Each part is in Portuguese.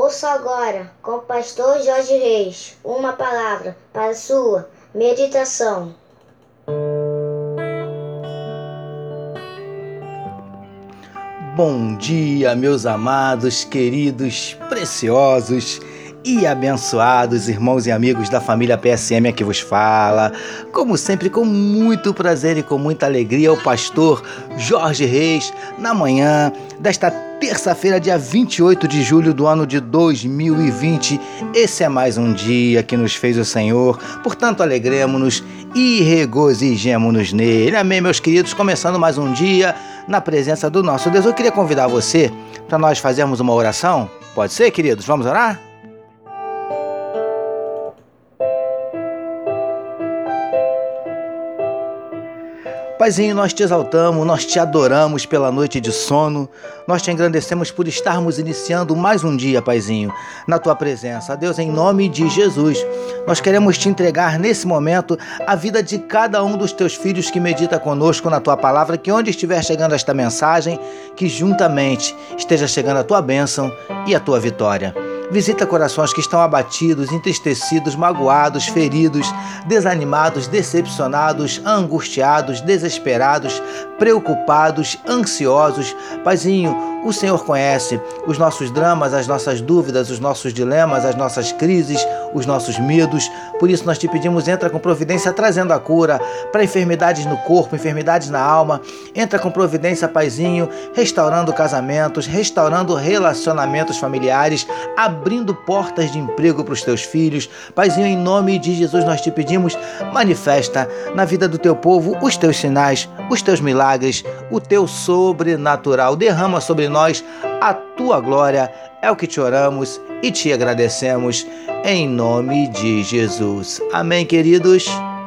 Ouça agora, com o pastor Jorge Reis, uma palavra para sua meditação. Bom dia, meus amados, queridos, preciosos e abençoados irmãos e amigos da família PSM, aqui vos fala, como sempre, com muito prazer e com muita alegria, o pastor Jorge Reis, na manhã desta terça-feira, dia 28 de julho do ano de 2020. Esse é mais um dia que nos fez o Senhor, portanto alegremo-nos e regozijemo-nos nele. Amém, meus queridos? Começando mais um dia na presença do nosso Deus. Eu queria convidar você para nós fazermos uma oração. Pode ser, queridos? Vamos orar? Paizinho, nós te exaltamos, nós te adoramos pela noite de sono, nós te engrandecemos por estarmos iniciando mais um dia, Paizinho, na tua presença. Deus, em nome de Jesus, nós queremos te entregar nesse momento a vida de cada um dos teus filhos que medita conosco na tua palavra, que onde estiver chegando esta mensagem, que juntamente esteja chegando a tua bênção e a tua vitória. Visita corações que estão abatidos, entristecidos, magoados, feridos, desanimados, decepcionados, angustiados, desesperados, preocupados, ansiosos. Paizinho, o Senhor conhece os nossos dramas, as nossas dúvidas, os nossos dilemas, as nossas crises, os nossos medos. Por isso nós te pedimos, entra com providência trazendo a cura para enfermidades no corpo, enfermidades na alma. Entra com providência, Paizinho, restaurando casamentos, restaurando relacionamentos familiares, abrindo portas de emprego para os teus filhos. Paizinho, em nome de Jesus nós te pedimos, manifesta na vida do teu povo os teus sinais, os teus milagres, o teu sobrenatural. Derrama sobre nós a tua glória. É o que te oramos e te agradecemos em nome de Jesus. Amém, queridos?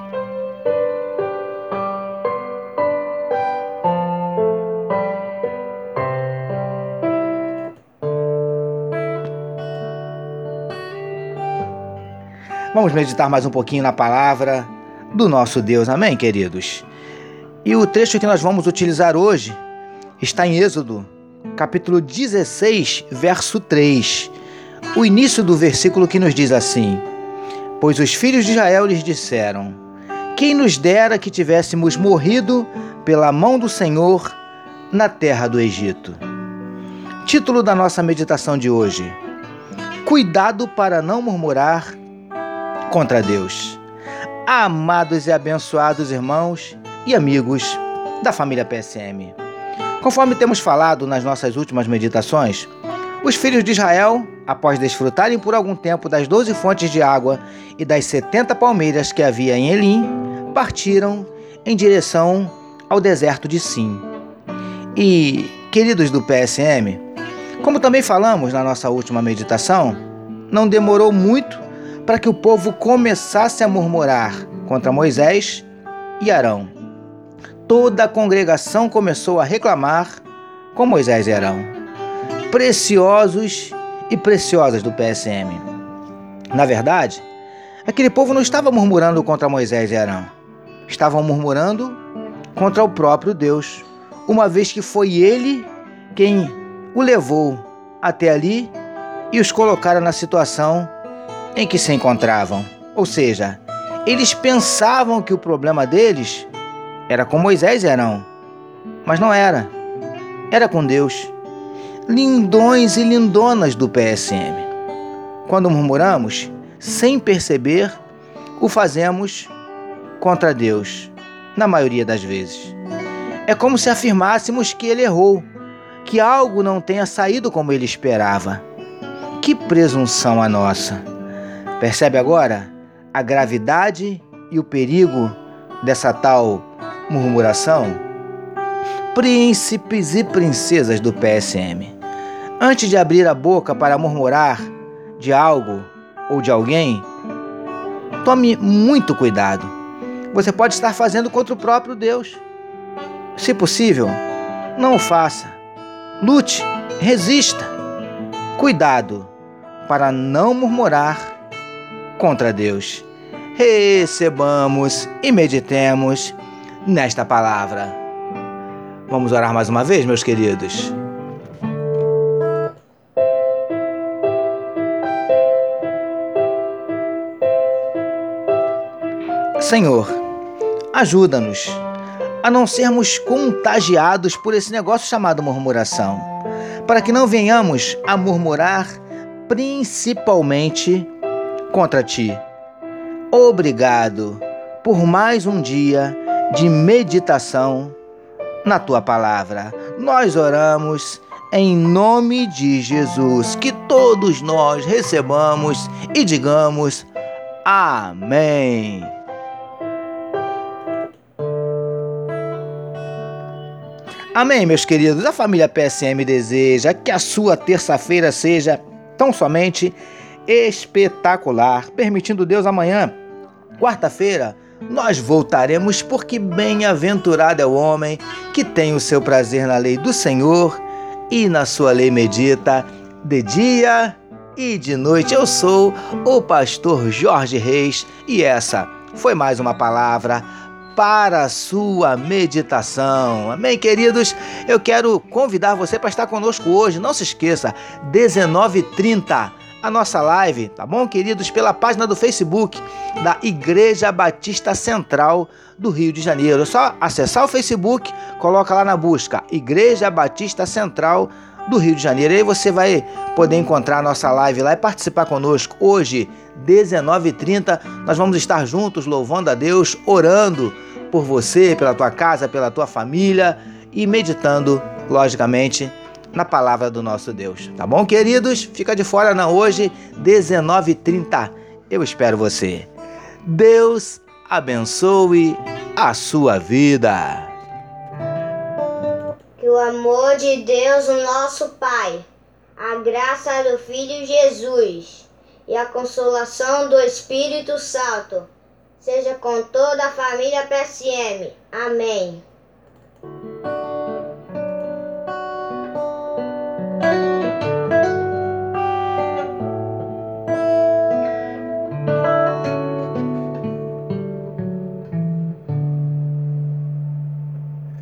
Vamos meditar mais um pouquinho na palavra do nosso Deus, amém, queridos? E o trecho que nós vamos utilizar hoje está em Êxodo, capítulo 16, verso 3. O início do versículo que nos diz assim: Pois os filhos de Israel lhes disseram: Quem nos dera que tivéssemos morrido pela mão do Senhor na terra do Egito. Título da nossa meditação de hoje: Cuidado para não murmurar contra Deus. Amados e abençoados irmãos e amigos da família PSM. Conforme temos falado nas nossas últimas meditações, os filhos de Israel, após desfrutarem por algum tempo das 12 fontes de água e das 70 palmeiras que havia em Elim, partiram em direção ao deserto de Sim. E, queridos do PSM, como também falamos na nossa última meditação, não demorou muito para que o povo começasse a murmurar contra Moisés e Arão. Toda a congregação começou a reclamar com Moisés e Arão. Preciosos e preciosas do PSM. Na verdade, aquele povo não estava murmurando contra Moisés e Arão. Estavam murmurando contra o próprio Deus, uma vez que foi ele quem o levou até ali e os colocara na situação em que se encontravam. Ou seja, eles pensavam que o problema deles era com Moisés e Arão, mas não era. Era com Deus. Lindões e lindonas do PSM. Quando murmuramos, sem perceber, o fazemos contra Deus, na maioria das vezes. É como se afirmássemos que ele errou, que algo não tenha saído como ele esperava. Que presunção a nossa! Percebe agora a gravidade e o perigo dessa tal murmuração? Príncipes e princesas do PSM, antes de abrir a boca para murmurar de algo ou de alguém, tome muito cuidado. Você pode estar fazendo contra o próprio Deus. Se possível, não o faça. Lute, resista. Cuidado para não murmurar contra Deus. Recebamos e meditemos nesta palavra. Vamos orar mais uma vez, meus queridos? Senhor, ajuda-nos a não sermos contagiados por esse negócio chamado murmuração, para que não venhamos a murmurar principalmente contra Ti. Obrigado por mais um dia de meditação na Tua Palavra. Nós oramos em nome de Jesus, que todos nós recebamos e digamos amém. Amém, meus queridos. A família PSM deseja que a sua terça-feira seja tão somente espetacular. Permitindo Deus, amanhã, quarta-feira, nós voltaremos, porque bem-aventurado é o homem que tem o seu prazer na lei do Senhor e na sua lei medita de dia e de noite. Eu sou o pastor Jorge Reis e essa foi mais uma palavra para a sua meditação. Amém, queridos? Eu quero convidar você para estar conosco hoje. Não se esqueça, 19h30, a nossa live, tá bom, queridos? Pela página do Facebook da Igreja Batista Central do Rio de Janeiro. É só acessar o Facebook, coloca lá na busca Igreja Batista Central do Rio de Janeiro. Aí você vai poder encontrar a nossa live lá e participar conosco. Hoje, 19h30, nós vamos estar juntos louvando a Deus, orando por você, pela tua casa, pela tua família e meditando, logicamente, na palavra do nosso Deus. Tá bom, queridos? Fica de fora não hoje, 19h30. Eu espero você. Deus abençoe a sua vida. Que o amor de Deus, o nosso Pai, a graça do Filho Jesus e a consolação do Espírito Santo seja com toda a família PSM. Amém.